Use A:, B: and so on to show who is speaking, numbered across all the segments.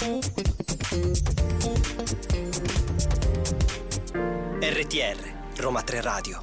A: RTR, Roma 3 Radio.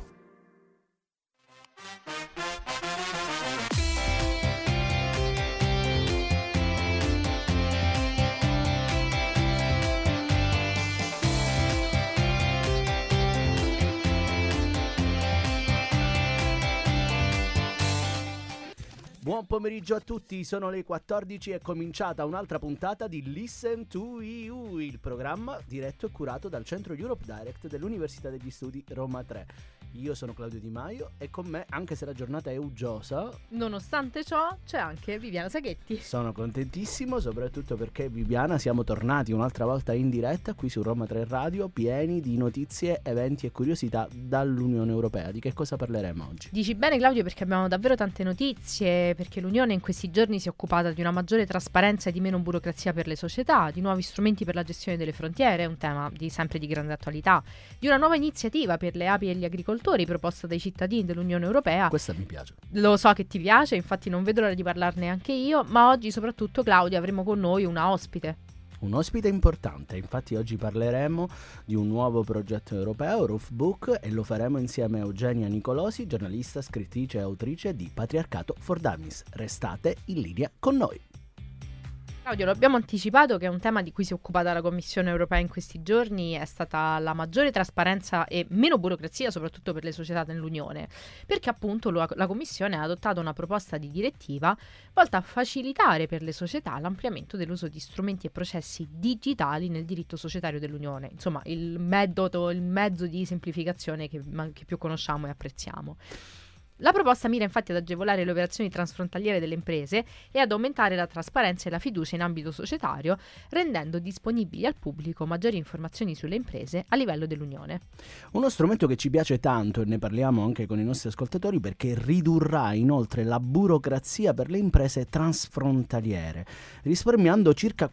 B: Buon pomeriggio a tutti, sono le 14 e è cominciata un'altra puntata di Listen to EU, il programma diretto e curato dal Centro Europe Direct dell'Università degli Studi Roma 3. Io sono Claudio Di Maio e con me, anche se la giornata è uggiosa,
C: nonostante ciò c'è anche Viviana Saghetti.
B: Sono contentissimo, soprattutto perché, Viviana, siamo tornati un'altra volta in diretta qui su Roma 3 Radio, pieni di notizie, eventi e curiosità dall'Unione Europea. Di che cosa parleremo oggi?
C: Dici bene, Claudio, perché abbiamo davvero tante notizie, perché l'Unione in questi giorni si è occupata di una maggiore trasparenza e di meno burocrazia per le società, di nuovi strumenti per la gestione delle frontiere, un tema sempre di grande attualità, di una nuova iniziativa per le api e gli agricoltori proposta dai cittadini dell'Unione Europea.
B: Questa mi piace.
C: Lo so che ti piace, infatti non vedo l'ora di parlarne anche io, ma oggi soprattutto, Claudio, avremo con noi una ospite.
B: Un ospite importante, infatti oggi parleremo di un nuovo progetto europeo, Roofbook, e lo faremo insieme a Eugenia Nicolosi, giornalista, scrittrice e autrice di Patriarcato for Dummies. Restate in linea con noi.
C: Claudio, lo abbiamo anticipato che è un tema di cui si è occupata la Commissione Europea in questi giorni, è stata la maggiore trasparenza e meno burocrazia, soprattutto per le società dell'Unione, perché appunto la Commissione ha adottato una proposta di direttiva volta a facilitare per le società l'ampliamento dell'uso di strumenti e processi digitali nel diritto societario dell'Unione, insomma il mezzo di semplificazione che più conosciamo e apprezziamo. La proposta mira infatti ad agevolare le operazioni transfrontaliere delle imprese e ad aumentare la trasparenza e la fiducia in ambito societario, rendendo disponibili al pubblico maggiori informazioni sulle imprese a livello dell'Unione.
B: Uno strumento che ci piace tanto, e ne parliamo anche con i nostri ascoltatori, perché ridurrà inoltre la burocrazia per le imprese transfrontaliere, risparmiando circa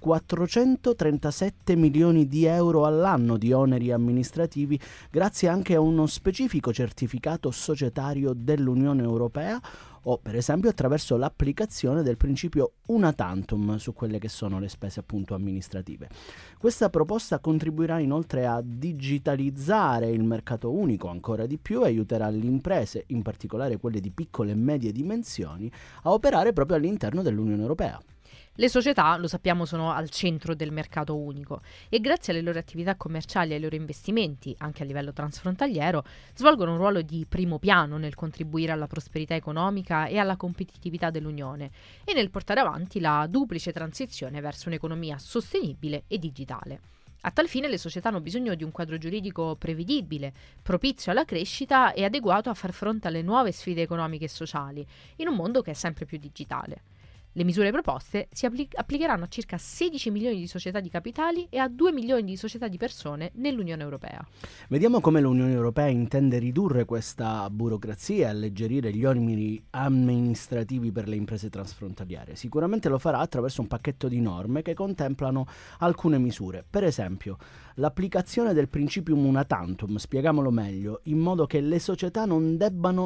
B: 437 milioni di euro all'anno di oneri amministrativi, grazie anche a uno specifico certificato societario dell'Unione Europea, o per esempio attraverso l'applicazione del principio una tantum su quelle che sono le spese appunto amministrative. Questa proposta contribuirà inoltre a digitalizzare il mercato unico ancora di più e aiuterà le imprese, in particolare quelle di piccole e medie dimensioni, a operare proprio all'interno dell'Unione Europea.
C: Le società, lo sappiamo, sono al centro del mercato unico e grazie alle loro attività commerciali e ai loro investimenti, anche a livello transfrontaliero, svolgono un ruolo di primo piano nel contribuire alla prosperità economica e alla competitività dell'Unione e nel portare avanti la duplice transizione verso un'economia sostenibile e digitale. A tal fine le società hanno bisogno di un quadro giuridico prevedibile, propizio alla crescita e adeguato a far fronte alle nuove sfide economiche e sociali, in un mondo che è sempre più digitale. Le misure proposte si applicheranno a circa 16 milioni di società di capitali e a 2 milioni di società di persone nell'Unione Europea.
B: Vediamo come l'Unione Europea intende ridurre questa burocrazia e alleggerire gli oneri amministrativi per le imprese transfrontaliere. Sicuramente lo farà attraverso un pacchetto di norme che contemplano alcune misure. Per esempio, l'applicazione del principium una tantum, spiegamolo meglio, in modo che le società non debbano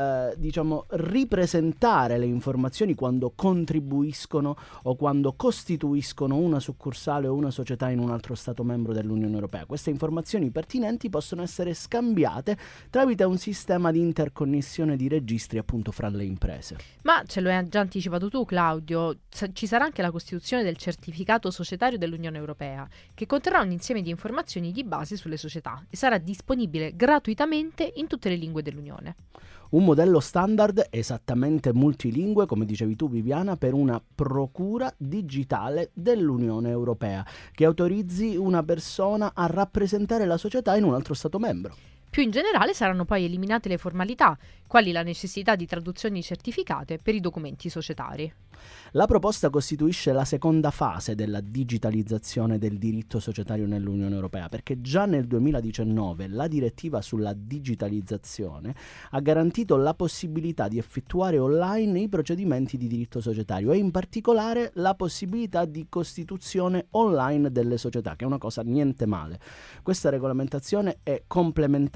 B: ripresentare le informazioni quando contribuiscono o quando costituiscono una succursale o una società in un altro Stato membro dell'Unione Europea. Queste informazioni pertinenti possono essere scambiate tramite un sistema di interconnessione di registri appunto fra le imprese.
C: Ma ce lo hai già anticipato tu, Claudio, ci sarà anche la costituzione del certificato societario dell'Unione Europea, che conterrà un insieme di informazioni di base sulle società e sarà disponibile gratuitamente in tutte le lingue dell'Unione.
B: Un modello standard esattamente multilingue, come dicevi tu Viviana, per una procura digitale dell'Unione Europea che autorizzi una persona a rappresentare la società in un altro Stato membro.
C: Più in generale saranno poi eliminate le formalità, quali la necessità di traduzioni certificate per i documenti societari.
B: La proposta costituisce la seconda fase della digitalizzazione del diritto societario nell'Unione Europea, perché già nel 2019 la direttiva sulla digitalizzazione ha garantito la possibilità di effettuare online i procedimenti di diritto societario e in particolare la possibilità di costituzione online delle società, che è una cosa niente male. Questa regolamentazione è complementare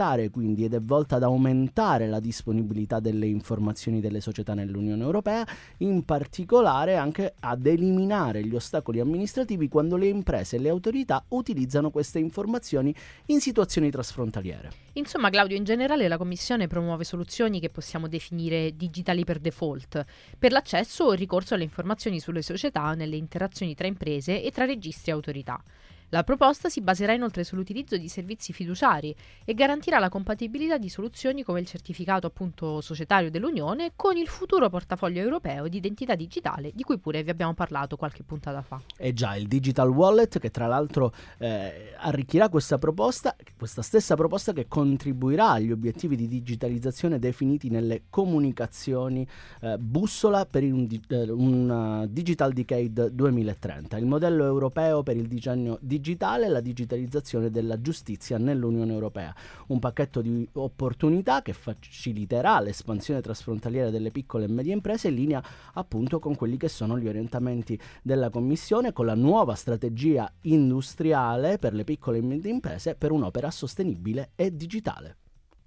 B: facilitare quindi ed è volta ad aumentare la disponibilità delle informazioni delle società nell'Unione Europea, in particolare anche ad eliminare gli ostacoli amministrativi quando le imprese e le autorità utilizzano queste informazioni in situazioni trasfrontaliere.
C: Insomma, Claudio, in generale la Commissione promuove soluzioni che possiamo definire digitali per default, per l'accesso o il ricorso alle informazioni sulle società nelle interazioni tra imprese e tra registri e autorità. La proposta si baserà inoltre sull'utilizzo di servizi fiduciari e garantirà la compatibilità di soluzioni come il certificato appunto societario dell'Unione con il futuro portafoglio europeo di identità digitale di cui pure vi abbiamo parlato qualche puntata fa.
B: E già, il Digital Wallet, che tra l'altro arricchirà questa stessa proposta che contribuirà agli obiettivi di digitalizzazione definiti nelle comunicazioni bussola per un Digital Decade 2030, il modello europeo per il decennio digitale e la digitalizzazione della giustizia nell'Unione Europea, un pacchetto di opportunità che faciliterà l'espansione trasfrontaliera delle piccole e medie imprese in linea appunto con quelli che sono gli orientamenti della Commissione, con la nuova strategia industriale per le piccole e medie imprese per un'opera sostenibile e digitale.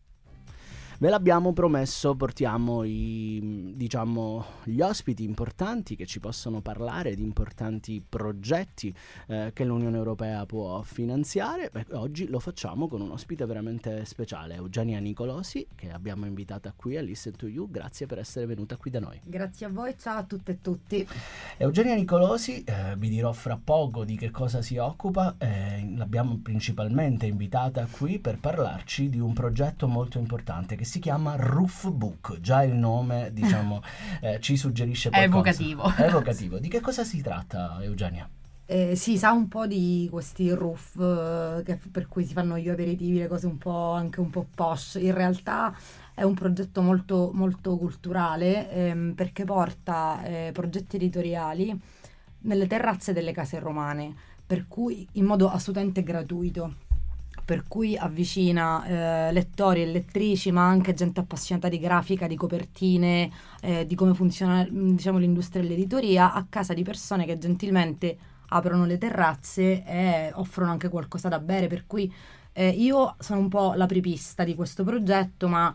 B: Ve l'abbiamo promesso, portiamo gli ospiti importanti che ci possono parlare di importanti progetti che l'Unione Europea può finanziare. Oggi lo facciamo con un ospite veramente speciale, Eugenia Nicolosi, che abbiamo invitata qui a Listen to You. Grazie per essere venuta qui da noi.
A: Grazie a voi, ciao a tutte e tutti.
B: Eugenia Nicolosi, vi dirò fra poco di che cosa si occupa. L'abbiamo principalmente invitata qui per parlarci di un progetto molto importante che si chiama Roofbook. Già il nome, ci suggerisce qualcosa. È evocativo. Di che cosa si tratta, Eugenia?
A: Si sa un po' di questi roof per cui si fanno gli aperitivi, le cose anche un po' posh. In realtà è un progetto molto, molto culturale perché porta progetti editoriali nelle terrazze delle case romane, per cui in modo assolutamente gratuito. Per cui avvicina lettori e lettrici, ma anche gente appassionata di grafica, di copertine, di come funziona l'industria dell'editoria, a casa di persone che gentilmente aprono le terrazze e offrono anche qualcosa da bere. Per cui io sono un po' l'apripista di questo progetto, ma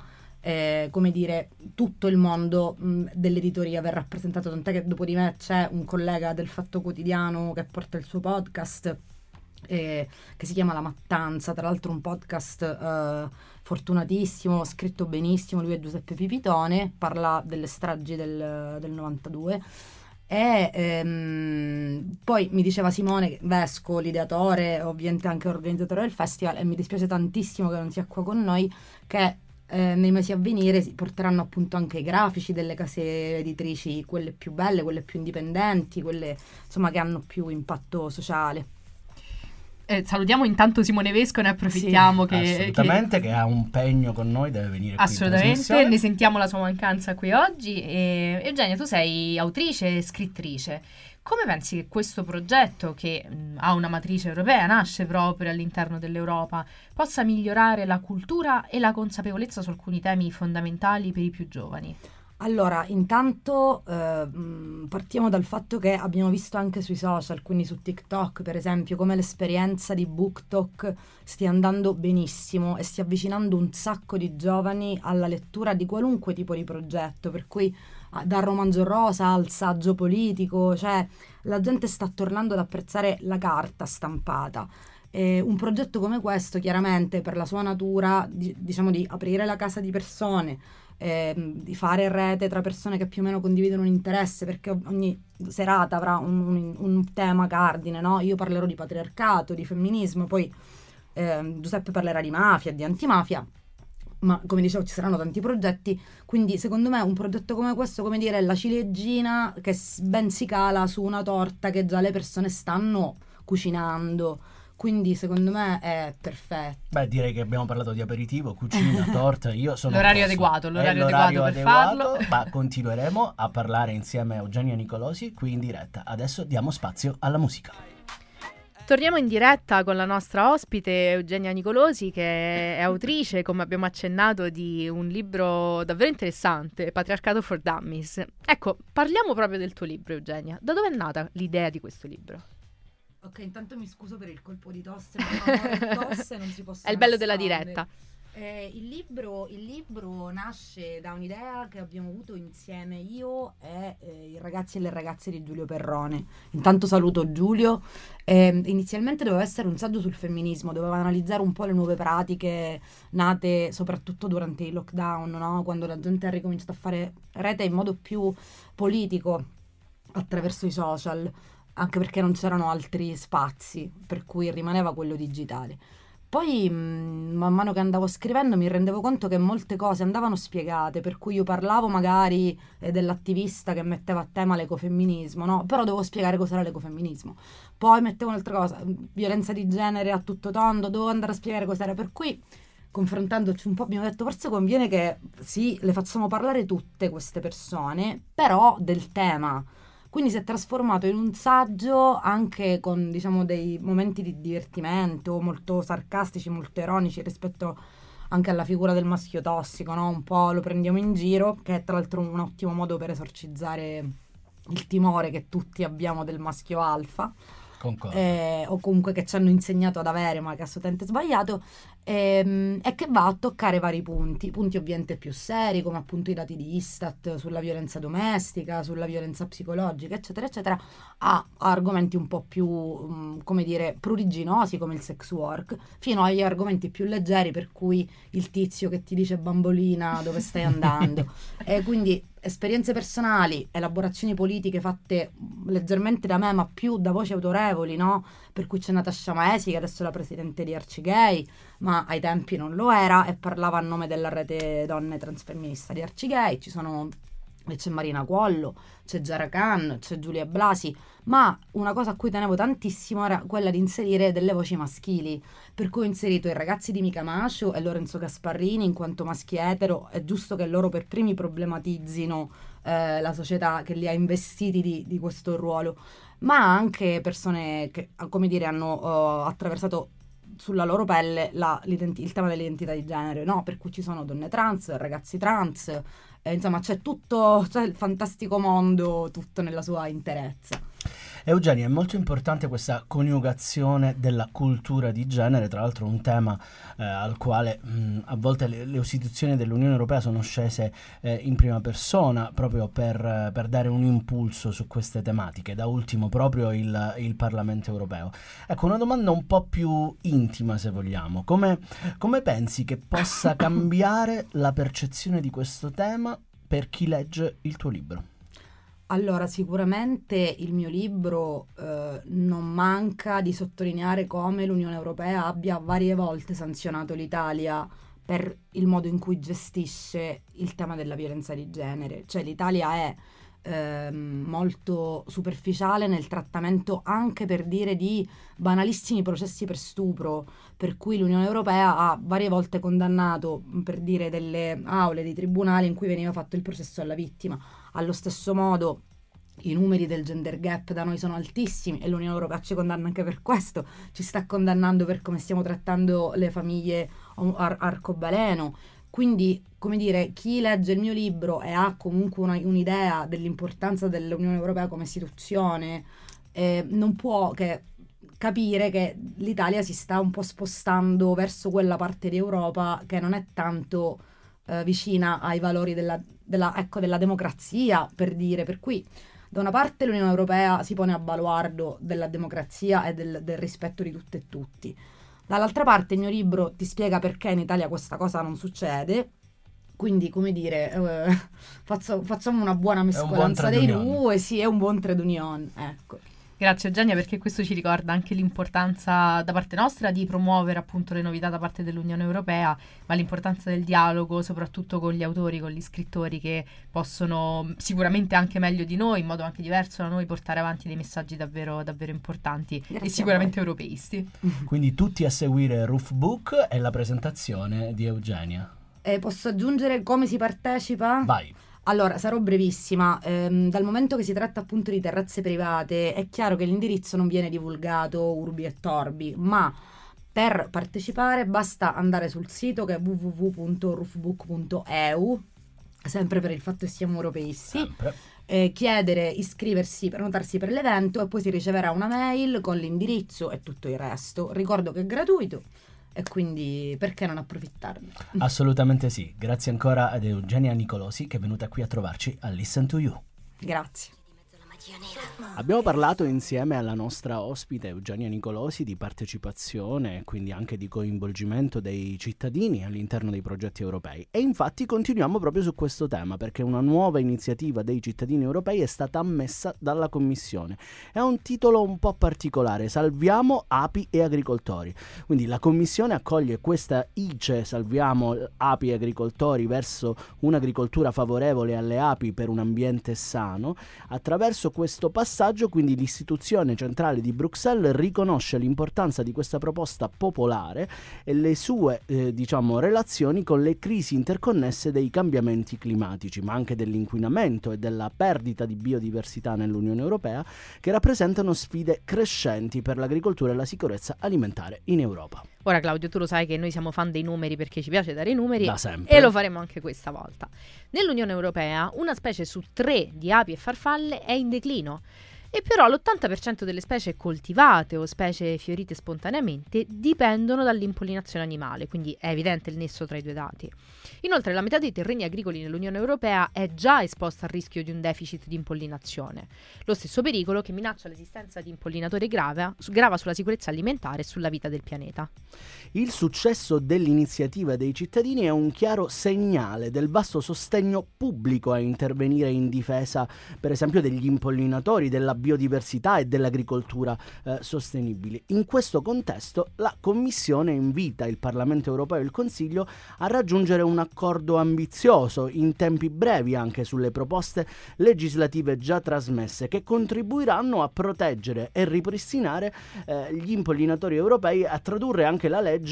A: tutto il mondo dell'editoria verrà rappresentato, tant'è che dopo di me c'è un collega del Fatto Quotidiano che porta il suo podcast che si chiama La Mattanza, tra l'altro un podcast fortunatissimo, scritto benissimo. Lui è Giuseppe Pipitone, parla delle stragi del 92 e poi mi diceva Simone Vesco, l'ideatore, ovviamente anche organizzatore del festival, e mi dispiace tantissimo che non sia qua con noi, che nei mesi a venire si porteranno appunto anche i grafici delle case editrici, quelle più belle, quelle più indipendenti, quelle insomma che hanno più impatto sociale.
C: Salutiamo intanto Simone Vesco, ne approfittiamo
B: che ha un impegno con noi, deve venire qui
C: assolutamente, ne sentiamo la sua mancanza qui oggi. Eugenia, tu sei autrice e scrittrice. Come pensi che questo progetto, che ha una matrice europea, nasce proprio all'interno dell'Europa, possa migliorare la cultura e la consapevolezza su alcuni temi fondamentali per i più giovani?
A: Allora, intanto partiamo dal fatto che abbiamo visto anche sui social, quindi su TikTok per esempio, come l'esperienza di BookTok stia andando benissimo e stia avvicinando un sacco di giovani alla lettura di qualunque tipo di progetto, per cui dal romanzo rosa al saggio politico, cioè la gente sta tornando ad apprezzare la carta stampata. Un progetto come questo, chiaramente per la sua natura, di aprire la casa di persone, di fare rete tra persone che più o meno condividono un interesse, perché ogni serata avrà un tema cardine, no? Io parlerò di patriarcato, di femminismo, poi Giuseppe parlerà di mafia, di antimafia, ma come dicevo ci saranno tanti progetti, quindi secondo me un progetto come questo, come dire, è la ciliegina che ben si cala su una torta che già le persone stanno cucinando. Quindi secondo me è perfetto.
B: Beh, direi che abbiamo parlato di aperitivo, cucina, torta. Io sono
C: l'orario adeguato per farlo.
B: Ma continueremo a parlare insieme a Eugenia Nicolosi qui in diretta. Adesso diamo spazio alla musica.
C: Torniamo in diretta con la nostra ospite Eugenia Nicolosi, che è autrice, come abbiamo accennato, di un libro davvero interessante, Patriarcato for Dummies. Ecco, parliamo proprio del tuo libro, Eugenia. Da dove è nata l'idea di questo libro?
A: Ok, intanto mi scuso per il colpo di tosse, ma tosse non si possono.
C: È il bello della diretta.
A: Il libro nasce da un'idea che abbiamo avuto insieme io e i ragazzi e le ragazze di Giulio Perrone. Intanto saluto Giulio. Inizialmente doveva essere un saggio sul femminismo, doveva analizzare un po' le nuove pratiche nate soprattutto durante il lockdown, no? Quando la gente ha ricominciato a fare rete in modo più politico attraverso i social, anche perché non c'erano altri spazi, per cui rimaneva quello digitale. Poi, man mano che andavo scrivendo, mi rendevo conto che molte cose andavano spiegate, per cui io parlavo magari dell'attivista che metteva a tema l'ecofemminismo, no? Però dovevo spiegare cos'era l'ecofemminismo. Poi mettevo un'altra cosa, violenza di genere a tutto tondo, dovevo andare a spiegare cos'era, per cui confrontandoci un po' abbiamo detto forse conviene che sì, le facciamo parlare tutte queste persone, però del tema. Quindi si è trasformato in un saggio anche con, diciamo, dei momenti di divertimento molto sarcastici, molto ironici rispetto anche alla figura del maschio tossico, no? Un po' lo prendiamo in giro, che è tra l'altro un ottimo modo per esorcizzare il timore che tutti abbiamo del maschio alfa. O comunque che ci hanno insegnato ad avere, ma che è assolutamente sbagliato, e che va a toccare vari punti ovviamente più seri, come appunto i dati di Istat sulla violenza domestica, sulla violenza psicologica, eccetera eccetera, a argomenti un po' più come dire pruriginosi come il sex work, fino agli argomenti più leggeri, per cui il tizio che ti dice bambolina dove stai andando. E quindi esperienze personali, elaborazioni politiche fatte leggermente da me, ma più da voci autorevoli, no? Per cui c'è Natascia Maesi, che adesso è la presidente di Arcigay, ma ai tempi non lo era, e parlava a nome della rete donne transfemminista di Arcigay. C'è Marina Quollo, c'è Giara Khan, c'è Giulia Blasi, ma una cosa a cui tenevo tantissimo era quella di inserire delle voci maschili, per cui ho inserito i ragazzi di Mica Mascio e Lorenzo Gasparrini in quanto maschi etero. È giusto che loro per primi problematizzino la società che li ha investiti di questo ruolo, ma anche persone che, come dire, hanno attraversato sulla loro pelle il tema dell'identità di genere, no? Per cui ci sono donne trans, ragazzi trans, insomma c'è il fantastico mondo tutto nella sua interezza.
B: Eugenia, è molto importante questa coniugazione della cultura di genere, tra l'altro un tema al quale a volte le istituzioni dell'Unione Europea sono scese in prima persona proprio per dare un impulso su queste tematiche, da ultimo proprio il Parlamento Europeo. Ecco, una domanda un po' più intima, se vogliamo. Come pensi che possa cambiare la percezione di questo tema per chi legge il tuo libro?
A: Allora, sicuramente il mio libro non manca di sottolineare come l'Unione Europea abbia varie volte sanzionato l'Italia per il modo in cui gestisce il tema della violenza di genere. Cioè l'Italia è molto superficiale nel trattamento, anche per dire, di banalissimi processi per stupro, per cui l'Unione Europea ha varie volte condannato, per dire, delle aule dei tribunali in cui veniva fatto il processo alla vittima. Allo stesso modo i numeri del gender gap da noi sono altissimi e l'Unione Europea ci condanna anche per questo, ci sta condannando per come stiamo trattando le famiglie arcobaleno. Quindi, come dire, chi legge il mio libro e ha comunque un'idea dell'importanza dell'Unione Europea come istituzione non può che capire che l'Italia si sta un po' spostando verso quella parte di Europa che non è tanto vicina ai valori della democrazia, per dire. Per cui da una parte l'Unione Europea si pone a baluardo della democrazia e del rispetto di tutte e tutti. Dall'altra parte il mio libro ti spiega perché in Italia questa cosa non succede. Quindi, come dire, facciamo una buona mescolanza dei due, sì, è un buon trade union, ecco.
C: Grazie Eugenia, perché questo ci ricorda anche l'importanza da parte nostra di promuovere appunto le novità da parte dell'Unione Europea, ma l'importanza del dialogo soprattutto con gli autori, con gli scrittori, che possono sicuramente anche meglio di noi, in modo anche diverso da noi, portare avanti dei messaggi davvero, davvero importanti. Grazie, e sicuramente europeisti.
B: Quindi tutti a seguire Roof Book e la presentazione di Eugenia.
A: Posso aggiungere come si partecipa?
B: Vai.
A: Allora, sarò brevissima. Dal momento che si tratta appunto di terrazze private, è chiaro che l'indirizzo non viene divulgato urbi e torbi, ma per partecipare basta andare sul sito, che è www.roofbook.eu, sempre per il fatto che siamo europeisti, chiedere, iscriversi, prenotarsi per l'evento, e poi si riceverà una mail con l'indirizzo e tutto il resto. Ricordo che è gratuito. e quindi perché non approfittarne?
B: Assolutamente sì. Grazie ancora ad Eugenia Nicolosi che è venuta qui a trovarci a Listen to You.
A: Grazie.
B: Abbiamo parlato insieme alla nostra ospite Eugenia Nicolosi di partecipazione e quindi anche di coinvolgimento dei cittadini all'interno dei progetti europei, e infatti continuiamo proprio su questo tema perché una nuova iniziativa dei cittadini europei è stata ammessa dalla Commissione. È un titolo un po' particolare: Salviamo api e agricoltori. Quindi la Commissione accoglie questa ICE Salviamo api e agricoltori verso un'agricoltura favorevole alle api per un ambiente sano. Attraverso questo passaggio, quindi, l'istituzione centrale di Bruxelles riconosce l'importanza di questa proposta popolare e le sue relazioni con le crisi interconnesse dei cambiamenti climatici, ma anche dell'inquinamento e della perdita di biodiversità nell'Unione Europea, che rappresentano sfide crescenti per l'agricoltura e la sicurezza alimentare in Europa.
C: Ora Claudio, tu lo sai che noi siamo fan dei numeri perché ci piace dare i numeri
B: Da sempre.
C: e lo faremo anche questa volta. Nell'Unione Europea una specie su 3 di api e farfalle è in declino. E però l'80% delle specie coltivate o specie fiorite spontaneamente dipendono dall'impollinazione animale, quindi è evidente il nesso tra i due dati. Inoltre la metà dei terreni agricoli nell'Unione Europea è già esposta al rischio di un deficit di impollinazione. Lo stesso pericolo che minaccia l'esistenza di impollinatori grava sulla sicurezza alimentare e sulla vita del pianeta.
B: Il successo dell'iniziativa dei cittadini è un chiaro segnale del vasto sostegno pubblico a intervenire in difesa, per esempio, degli impollinatori, della biodiversità e dell'agricoltura sostenibili. In questo contesto la Commissione invita il Parlamento europeo e il Consiglio a raggiungere un accordo ambizioso in tempi brevi anche sulle proposte legislative già trasmesse, che contribuiranno a proteggere e ripristinare gli impollinatori europei, a tradurre anche la legge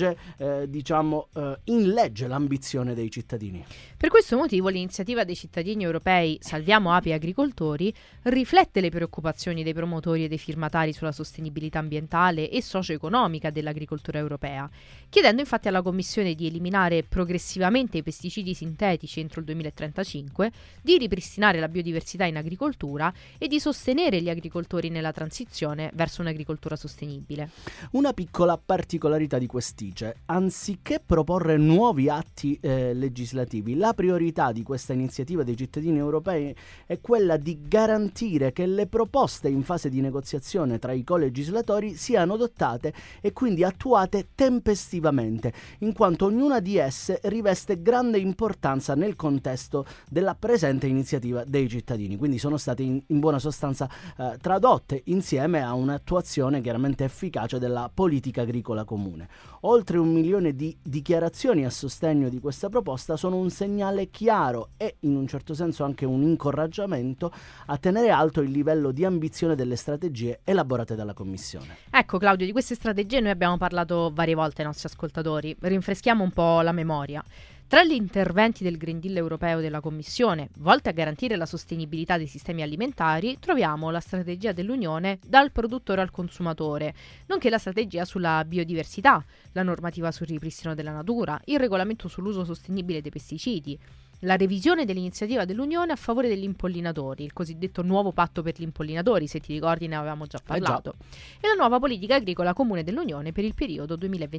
B: in legge l'ambizione dei cittadini.
C: Per questo motivo l'iniziativa dei cittadini europei Salviamo api e agricoltori riflette le preoccupazioni dei promotori e dei firmatari sulla sostenibilità ambientale e socio-economica dell'agricoltura europea, chiedendo infatti alla Commissione di eliminare progressivamente i pesticidi sintetici entro il 2035, di ripristinare la biodiversità in agricoltura e di sostenere gli agricoltori nella transizione verso un'agricoltura sostenibile.
B: Una piccola particolarità di quest'ICE: anziché proporre nuovi atti legislativi, la priorità di questa iniziativa dei cittadini europei è quella di garantire che le proposte in fase di negoziazione tra i colegislatori siano adottate e quindi attuate tempestivamente, in quanto ognuna di esse riveste grande importanza nel contesto della presente iniziativa dei cittadini. Quindi sono state in buona sostanza tradotte insieme a un'attuazione chiaramente efficace della politica agricola comune. Oltre 1 milione di dichiarazioni a sostegno di questa proposta sono un segnale chiaro e in un certo senso anche un incoraggiamento a tenere alto il livello di ambizione delle strategie elaborate dalla Commissione.
C: Ecco Claudio, di queste strategie noi abbiamo parlato varie volte ai nostri ascoltatori. Rinfreschiamo un po' la memoria. Tra gli interventi del Green Deal europeo della Commissione, volti a garantire la sostenibilità dei sistemi alimentari, troviamo la strategia dell'Unione dal produttore al consumatore, nonché la strategia sulla biodiversità, la normativa sul ripristino della natura, il regolamento sull'uso sostenibile dei pesticidi, la revisione dell'iniziativa dell'Unione a favore degli impollinatori, il cosiddetto nuovo patto per gli impollinatori, se ti ricordi ne avevamo già parlato, e la nuova politica agricola comune dell'Unione per il periodo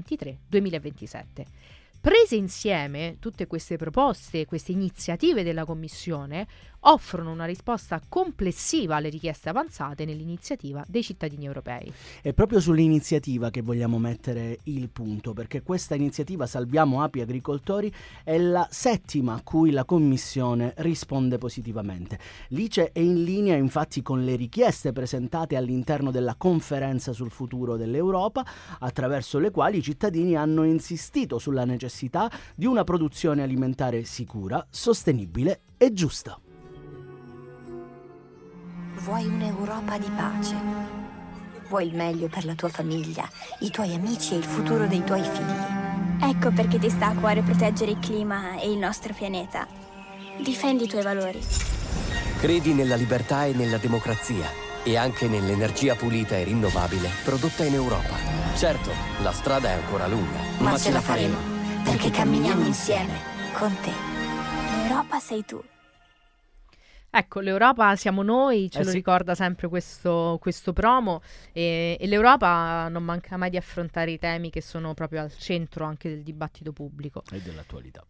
C: 2023-2027. Prese insieme, tutte queste proposte, queste iniziative della Commissione offrono una risposta complessiva alle richieste avanzate nell'iniziativa dei cittadini europei.
B: È proprio sull'iniziativa che vogliamo mettere il punto, perché questa iniziativa Salviamo api e agricoltori è la 7ª a cui la Commissione risponde positivamente. L'ICE è in linea infatti con le richieste presentate all'interno della conferenza sul futuro dell'Europa, attraverso le quali i cittadini hanno insistito sulla necessità di una produzione alimentare sicura, sostenibile e giusta.
D: Vuoi un'Europa di pace? Vuoi il meglio per la tua famiglia, i tuoi amici e il futuro dei tuoi figli?
E: Ecco perché ti sta a cuore proteggere il clima e il nostro pianeta. Difendi i tuoi valori.
F: Credi nella libertà e nella democrazia e anche nell'energia pulita e rinnovabile prodotta in Europa. Certo, la strada è ancora lunga,
D: Ma ce la faremo, perché camminiamo insieme, con te.
E: L'Europa sei tu.
C: Ecco, l'Europa siamo noi, ce lo
B: sì.
C: ricorda sempre questo promo e l'Europa non manca mai di affrontare i temi che sono proprio al centro anche del dibattito pubblico.
B: E dell'attualità.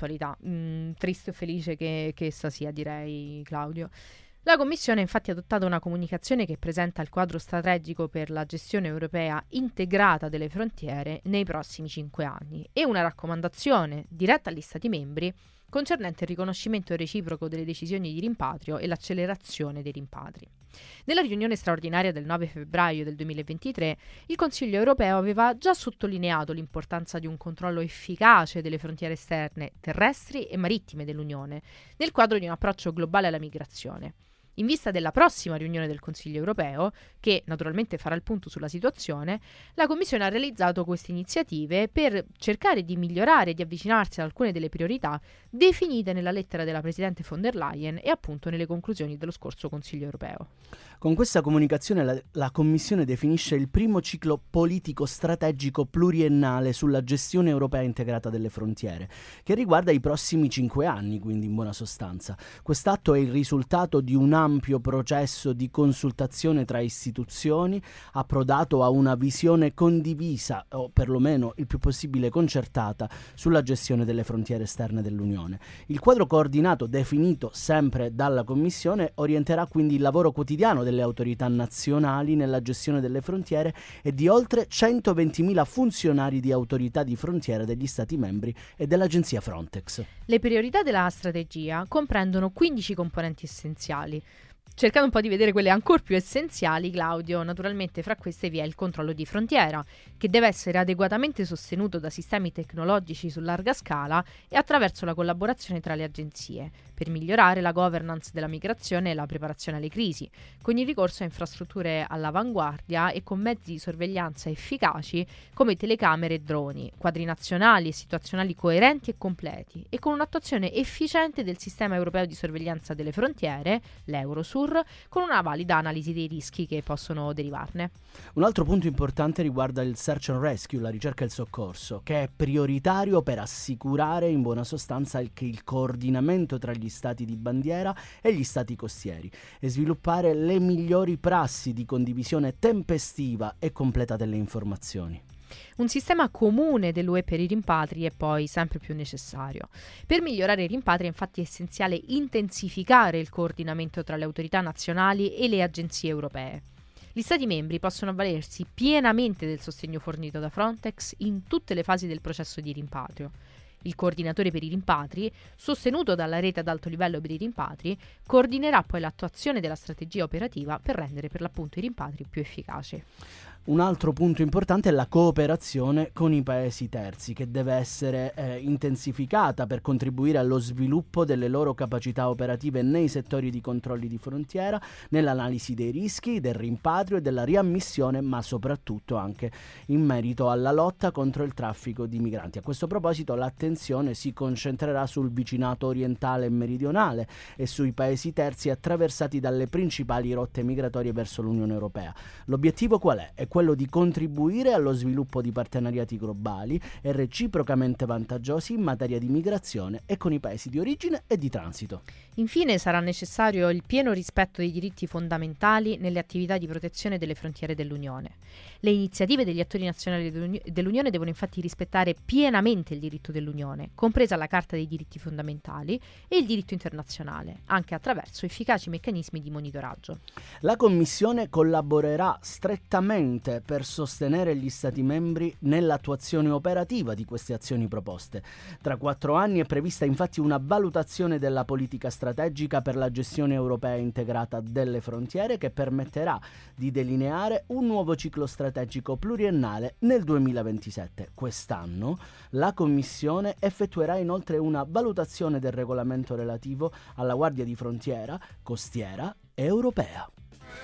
C: Triste o felice che essa sia, direi, Claudio. La Commissione ha infatti adottato una comunicazione che presenta il quadro strategico per la gestione europea integrata delle frontiere nei prossimi 5 anni e una raccomandazione diretta agli Stati membri concernente il riconoscimento reciproco delle decisioni di rimpatrio e l'accelerazione dei rimpatri. Nella riunione straordinaria del 9 febbraio del 2023, il Consiglio europeo aveva già sottolineato l'importanza di un controllo efficace delle frontiere esterne, terrestri e marittime dell'Unione, nel quadro di un approccio globale alla migrazione. In vista della prossima riunione del Consiglio europeo, che naturalmente farà il punto sulla situazione, la Commissione ha realizzato queste iniziative per cercare di migliorare e di avvicinarsi ad alcune delle priorità definite nella lettera della Presidente von der Leyen e appunto nelle conclusioni dello scorso Consiglio europeo.
B: Con questa comunicazione la Commissione definisce il primo ciclo politico strategico pluriennale sulla gestione europea integrata delle frontiere, che riguarda i prossimi 5 anni, quindi in buona sostanza. Quest'atto è il risultato di un ampio processo di consultazione tra istituzioni, approdato a una visione condivisa, o perlomeno il più possibile concertata, sulla gestione delle frontiere esterne dell'Unione. Il quadro coordinato, definito sempre dalla Commissione, orienterà quindi il lavoro quotidiano delle autorità nazionali nella gestione delle frontiere e di oltre 120.000 funzionari di autorità di frontiera degli Stati membri e dell'agenzia Frontex.
C: Le priorità della strategia comprendono 15 componenti essenziali. Cercando un po' di vedere quelle ancora più essenziali, Claudio, naturalmente fra queste vi è il controllo di frontiera, che deve essere adeguatamente sostenuto da sistemi tecnologici su larga scala e attraverso la collaborazione tra le agenzie, per migliorare la governance della migrazione e la preparazione alle crisi, con il ricorso a infrastrutture all'avanguardia e con mezzi di sorveglianza efficaci come telecamere e droni, quadri nazionali e situazionali coerenti e completi, e con un'attuazione efficiente del sistema europeo di sorveglianza delle frontiere, l'Eurosur, con una valida analisi dei rischi che possono derivarne.
B: Un altro punto importante riguarda il search and rescue, la ricerca e il soccorso, che è prioritario per assicurare in buona sostanza che il coordinamento tra gli stati di bandiera e gli stati costieri e sviluppare le migliori prassi di condivisione tempestiva e completa delle informazioni.
C: Un sistema comune dell'UE per i rimpatri è poi sempre più necessario. Per migliorare i rimpatri è infatti essenziale intensificare il coordinamento tra le autorità nazionali e le agenzie europee. Gli Stati membri possono avvalersi pienamente del sostegno fornito da Frontex in tutte le fasi del processo di rimpatrio. Il coordinatore per i rimpatri, sostenuto dalla rete ad alto livello per i rimpatri, coordinerà poi l'attuazione della strategia operativa per rendere per l'appunto i rimpatri più efficaci.
B: Un altro punto importante è la cooperazione con i paesi terzi, che deve essere intensificata per contribuire allo sviluppo delle loro capacità operative nei settori di controlli di frontiera, nell'analisi dei rischi, del rimpatrio e della riammissione, ma soprattutto anche in merito alla lotta contro il traffico di migranti. A questo proposito l'attenzione si concentrerà sul vicinato orientale e meridionale e sui paesi terzi attraversati dalle principali rotte migratorie verso l'Unione Europea. L'obiettivo qual è? È quello di contribuire allo sviluppo di partenariati globali e reciprocamente vantaggiosi in materia di migrazione e con i paesi di origine e di transito.
C: Infine sarà necessario il pieno rispetto dei diritti fondamentali nelle attività di protezione delle frontiere dell'Unione. Le iniziative degli attori nazionali dell'Unione devono infatti rispettare pienamente il diritto dell'Unione, compresa la Carta dei diritti fondamentali e il diritto internazionale, anche attraverso efficaci meccanismi di monitoraggio.
B: La Commissione collaborerà strettamente per sostenere gli Stati membri nell'attuazione operativa di queste azioni proposte. Tra 4 anni è prevista infatti una valutazione della politica strategica per la gestione europea integrata delle frontiere che permetterà di delineare un nuovo ciclo strategico pluriennale nel 2027. Quest'anno la Commissione effettuerà inoltre una valutazione del regolamento relativo alla Guardia di Frontiera, Costiera e Europea.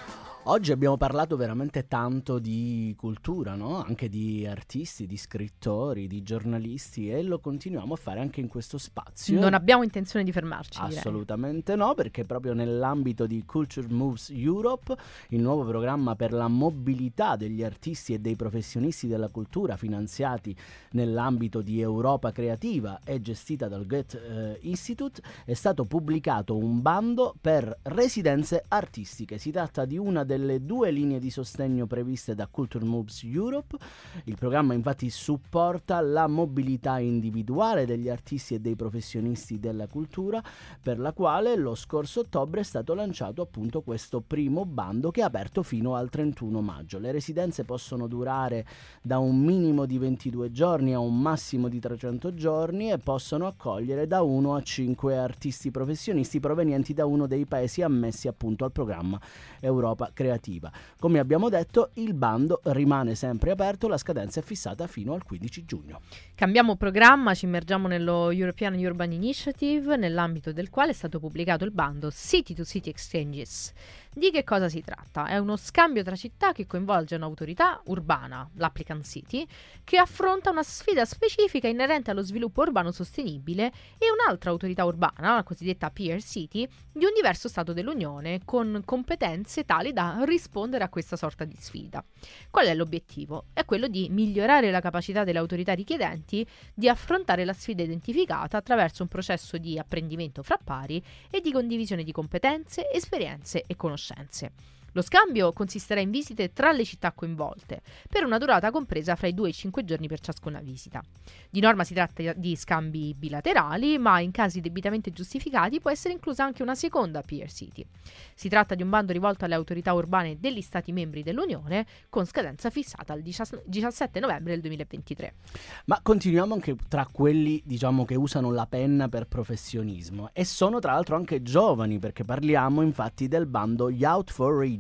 B: Oggi abbiamo parlato veramente tanto di cultura, no? Anche di artisti, di scrittori, di giornalisti, e lo continuiamo a fare anche in questo spazio.
C: Non abbiamo intenzione di fermarci,
B: Assolutamente no, perché proprio nell'ambito di Culture Moves Europe, il nuovo programma per la mobilità degli artisti e dei professionisti della cultura finanziati nell'ambito di Europa Creativa e gestita dal Goethe Institute, è stato pubblicato un bando per residenze artistiche. Si tratta di una delle 2 linee di sostegno previste da Culture Moves Europe. Il programma infatti supporta la mobilità individuale degli artisti e dei professionisti della cultura, per la quale lo scorso ottobre è stato lanciato appunto questo primo bando, che è aperto fino al 31 maggio. Le residenze possono durare da un minimo di 22 giorni a un massimo di 300 giorni e possono accogliere da 1 a 5 artisti professionisti provenienti da uno dei paesi ammessi appunto al programma Europa Creativa. Come abbiamo detto, il bando rimane sempre aperto, la scadenza è fissata fino al 15 giugno.
C: Cambiamo programma, ci immergiamo nello European Urban Initiative, nell'ambito del quale è stato pubblicato il bando City to City Exchanges. Di che cosa si tratta? È uno scambio tra città che coinvolge un'autorità urbana, l'Applicant City, che affronta una sfida specifica inerente allo sviluppo urbano sostenibile, e un'altra autorità urbana, la cosiddetta Peer City, di un diverso stato dell'Unione, con competenze tali da rispondere a questa sorta di sfida. Qual è l'obiettivo? È quello di migliorare la capacità delle autorità richiedenti di affrontare la sfida identificata attraverso un processo di apprendimento fra pari e di condivisione di competenze, esperienze e conoscenze. Lo scambio consisterà in visite tra le città coinvolte, per una durata compresa fra i 2 e i 5 giorni per ciascuna visita. Di norma si tratta di scambi bilaterali, ma in casi debitamente giustificati può essere inclusa anche una seconda Peer City. Si tratta di un bando rivolto alle autorità urbane degli Stati membri dell'Unione, con scadenza fissata al 17 novembre del 2023.
B: Ma continuiamo anche tra quelli, diciamo, che usano la penna per professionismo, e sono tra l'altro anche giovani, perché parliamo infatti del bando Youth for Regions,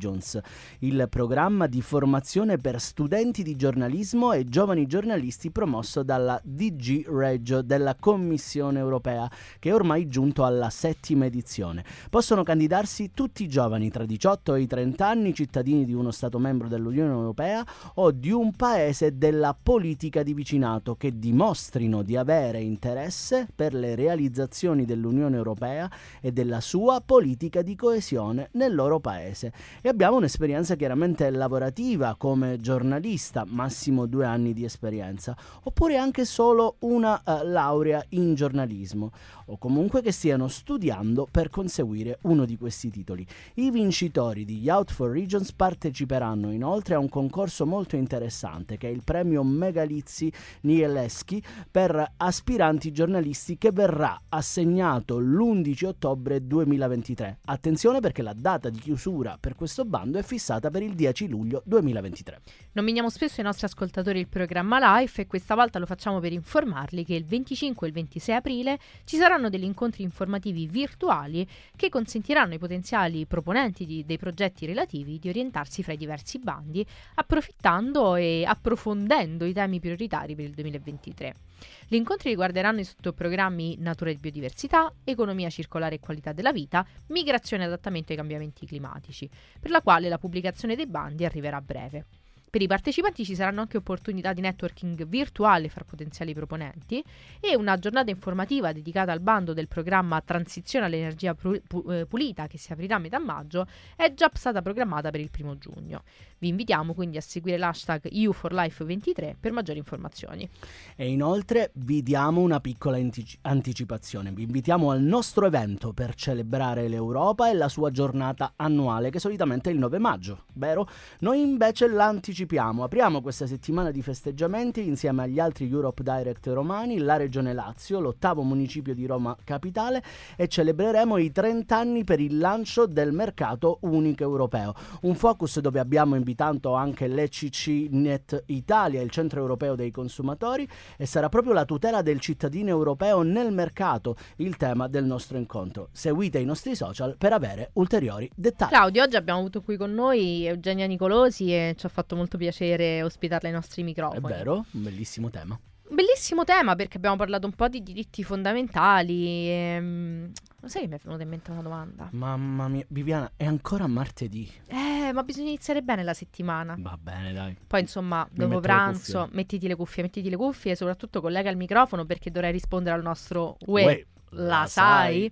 B: il programma di formazione per studenti di giornalismo e giovani giornalisti promosso dalla DG Regio della Commissione Europea, che è ormai giunto alla 7ª edizione. Possono candidarsi tutti i giovani tra i 18 e i 30 anni, cittadini di uno Stato membro dell'Unione Europea o di un paese della politica di vicinato, che dimostrino di avere interesse per le realizzazioni dell'Unione Europea e della sua politica di coesione nel loro paese. E abbiamo un'esperienza chiaramente lavorativa come giornalista, massimo 2 anni di esperienza, oppure anche solo una laurea in giornalismo, o comunque che stiano studiando per conseguire uno di questi titoli. I vincitori di Youth for Regions parteciperanno inoltre a un concorso molto interessante, che è il premio Megalizzi Nielewski per aspiranti giornalisti, che verrà assegnato l'11 ottobre 2023. Attenzione, perché la data di chiusura per questo bando è fissata per il 10 luglio 2023.
C: Nominiamo spesso ai nostri ascoltatori il programma LIFE, e questa volta lo facciamo per informarli che il 25 e il 26 aprile ci saranno degli incontri informativi virtuali che consentiranno ai potenziali proponenti dei progetti relativi di orientarsi fra i diversi bandi, approfittando e approfondendo i temi prioritari per il 2023. Gli incontri riguarderanno i sottoprogrammi natura e biodiversità, economia circolare e qualità della vita, migrazione e adattamento ai cambiamenti climatici, per la quale la pubblicazione dei bandi arriverà a breve. Per i partecipanti ci saranno anche opportunità di networking virtuale fra potenziali proponenti, e una giornata informativa dedicata al bando del programma Transizione all'energia pulita, che si aprirà a metà maggio, è già stata programmata per il 1 giugno. Vi invitiamo quindi a seguire l'hashtag EU4Life23 per maggiori informazioni.
B: E inoltre vi diamo una piccola anticipazione. Vi invitiamo al nostro evento per celebrare l'Europa e la sua giornata annuale, che solitamente è il 9 maggio, vero? Noi invece l'anticipiamo. Apriamo questa settimana di festeggiamenti insieme agli altri Europe Direct romani, la Regione Lazio, l'8º municipio di Roma Capitale, e celebreremo i 30 anni per il lancio del mercato unico europeo. Un focus dove abbiamo invitato anche l'ECC Net Italia, il Centro Europeo dei Consumatori, e sarà proprio la tutela del cittadino europeo nel mercato il tema del nostro incontro. Seguite i nostri social per avere ulteriori dettagli.
C: Claudio, oggi abbiamo avuto qui con noi Eugenia Nicolosi e ci ha fatto molto piacere ospitarla ai nostri microfoni.
B: È vero, un bellissimo tema.
C: Bellissimo tema, perché abbiamo parlato un po' di diritti fondamentali. Lo sai che mi è venuta in mente una domanda?
B: Mamma mia, Viviana, è ancora martedì.
C: Ma bisogna iniziare bene la settimana.
B: Va bene, dai.
C: Poi insomma,
B: Mi
C: dopo
B: metto
C: pranzo,
B: le
C: mettiti le cuffie e soprattutto collega il microfono, perché dovrai rispondere al nostro Uè, la sai?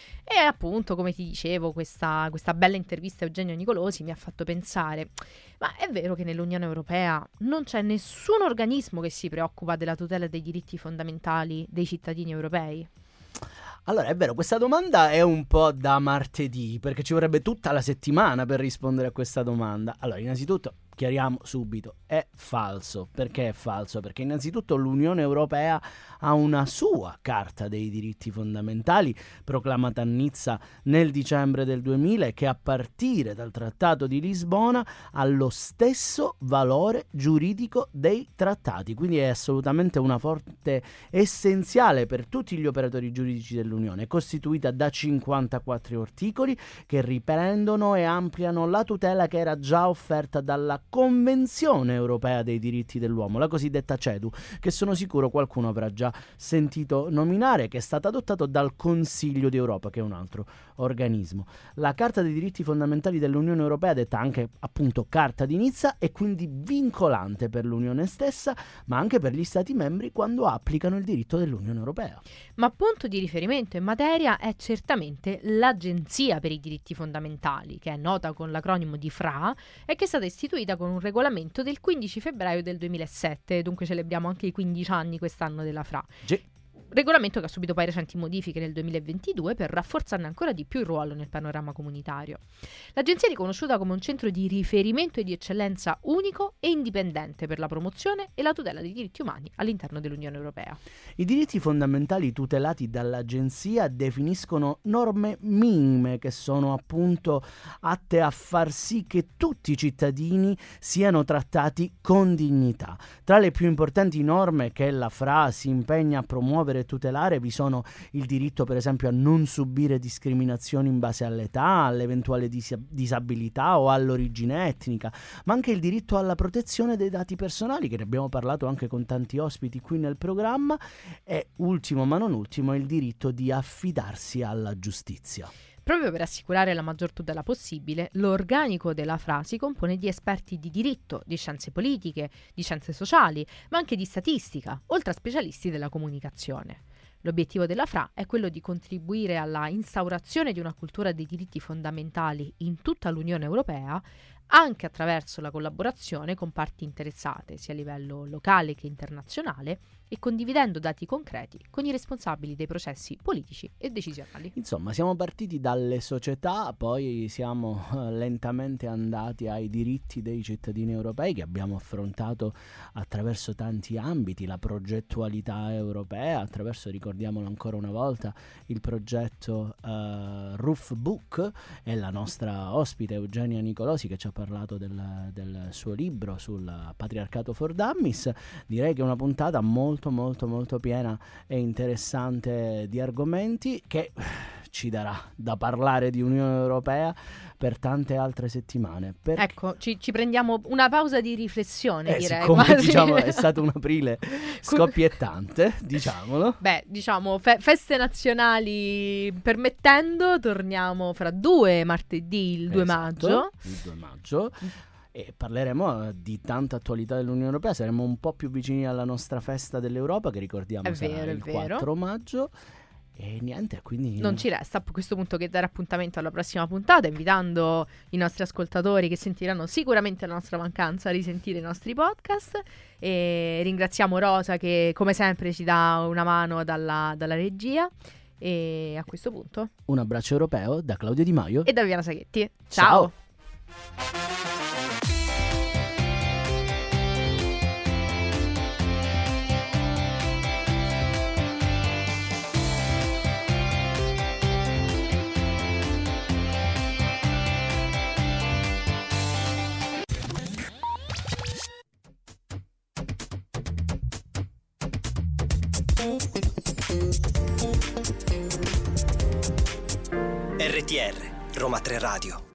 C: E appunto, come ti dicevo, questa bella intervista a Eugenio Nicolosi mi ha fatto pensare: ma è vero che nell'Unione Europea non c'è nessun organismo che si preoccupa della tutela dei diritti fondamentali dei cittadini europei?
B: Allora, è vero, questa domanda è un po' da martedì, perché ci vorrebbe tutta la settimana per rispondere a questa domanda. Allora, innanzitutto, chiariamo subito, è falso. Perché è falso? Perché innanzitutto l'Unione Europea ha una sua Carta dei diritti fondamentali, proclamata a Nizza nel dicembre del 2000, e che a partire dal Trattato di Lisbona ha lo stesso valore giuridico dei trattati, quindi è assolutamente una fonte essenziale per tutti gli operatori giuridici dell'Unione. È costituita da 54 articoli che riprendono e ampliano la tutela che era già offerta dalla Convenzione Europea dei diritti dell'uomo, la cosiddetta CEDU, che sono sicuro qualcuno avrà già sentito nominare, che è stata adottata dal Consiglio d'Europa, che è un altro organismo. La Carta dei diritti fondamentali dell'Unione Europea, detta anche appunto Carta di Nizza, è quindi vincolante per l'Unione stessa, ma anche per gli Stati membri quando applicano il diritto dell'Unione Europea.
C: Ma punto di riferimento in materia è certamente l'Agenzia per i diritti fondamentali, che è nota con l'acronimo di FRA e che è stata istituita con un regolamento del 15 febbraio del 2007, dunque celebriamo anche i 15 anni quest'anno della FRA. Regolamento che ha subito poi recenti modifiche nel 2022 per rafforzarne ancora di più il ruolo nel panorama comunitario. L'agenzia è riconosciuta come un centro di riferimento e di eccellenza unico e indipendente per la promozione e la tutela dei diritti umani all'interno dell'Unione Europea.
B: I diritti fondamentali tutelati dall'agenzia definiscono norme minime che sono appunto atte a far sì che tutti i cittadini siano trattati con dignità. Tra le più importanti norme che la FRA si impegna a promuovere e tutelare vi sono il diritto, per esempio, a non subire discriminazioni in base all'età, all'eventuale disabilità o all'origine etnica, ma anche il diritto alla protezione dei dati personali, che ne abbiamo parlato anche con tanti ospiti qui nel programma, e ultimo ma non ultimo il diritto di affidarsi alla giustizia.
C: Proprio per assicurare la maggior tutela possibile, l'organico della FRA si compone di esperti di diritto, di scienze politiche, di scienze sociali, ma anche di statistica, oltre a specialisti della comunicazione. L'obiettivo della FRA è quello di contribuire alla instaurazione di una cultura dei diritti fondamentali in tutta l'Unione Europea, anche attraverso la collaborazione con parti interessate, sia a livello locale che internazionale, e condividendo dati concreti con i responsabili dei processi politici e decisionali.
B: Insomma, siamo partiti dalle società, poi siamo lentamente andati ai diritti dei cittadini europei, che abbiamo affrontato attraverso tanti ambiti, la progettualità europea, attraverso, ricordiamolo ancora una volta, il progetto Roof Book, e la nostra ospite Eugenia Nicolosi, che ci ha parlato del suo libro sul patriarcato for dummies. Direi che è una puntata molto piena e interessante di argomenti, che ci darà da parlare di Unione Europea per tante altre settimane.
C: Ecco, ci prendiamo una pausa di riflessione, direi.
B: Siccome
C: quasi.
B: Diciamo è stato un aprile scoppiettante, diciamolo.
C: Beh, diciamo feste nazionali permettendo, torniamo fra martedì il 2 maggio.
B: Il 2 maggio. E parleremo di tanta attualità dell'Unione Europea, saremo un po' più vicini alla nostra festa dell'Europa, che ricordiamo sarà il 4 maggio. E niente, quindi
C: non ci resta a questo punto che dare appuntamento alla prossima puntata, invitando i nostri ascoltatori, che sentiranno sicuramente la nostra mancanza, a risentire i nostri podcast. E ringraziamo Rosa, che come sempre ci dà una mano dalla regia. E a questo punto
B: un abbraccio europeo da Claudio Di Maio
C: e da Viviana Saghetti.
B: Ciao.
G: RTR Roma 3 Radio.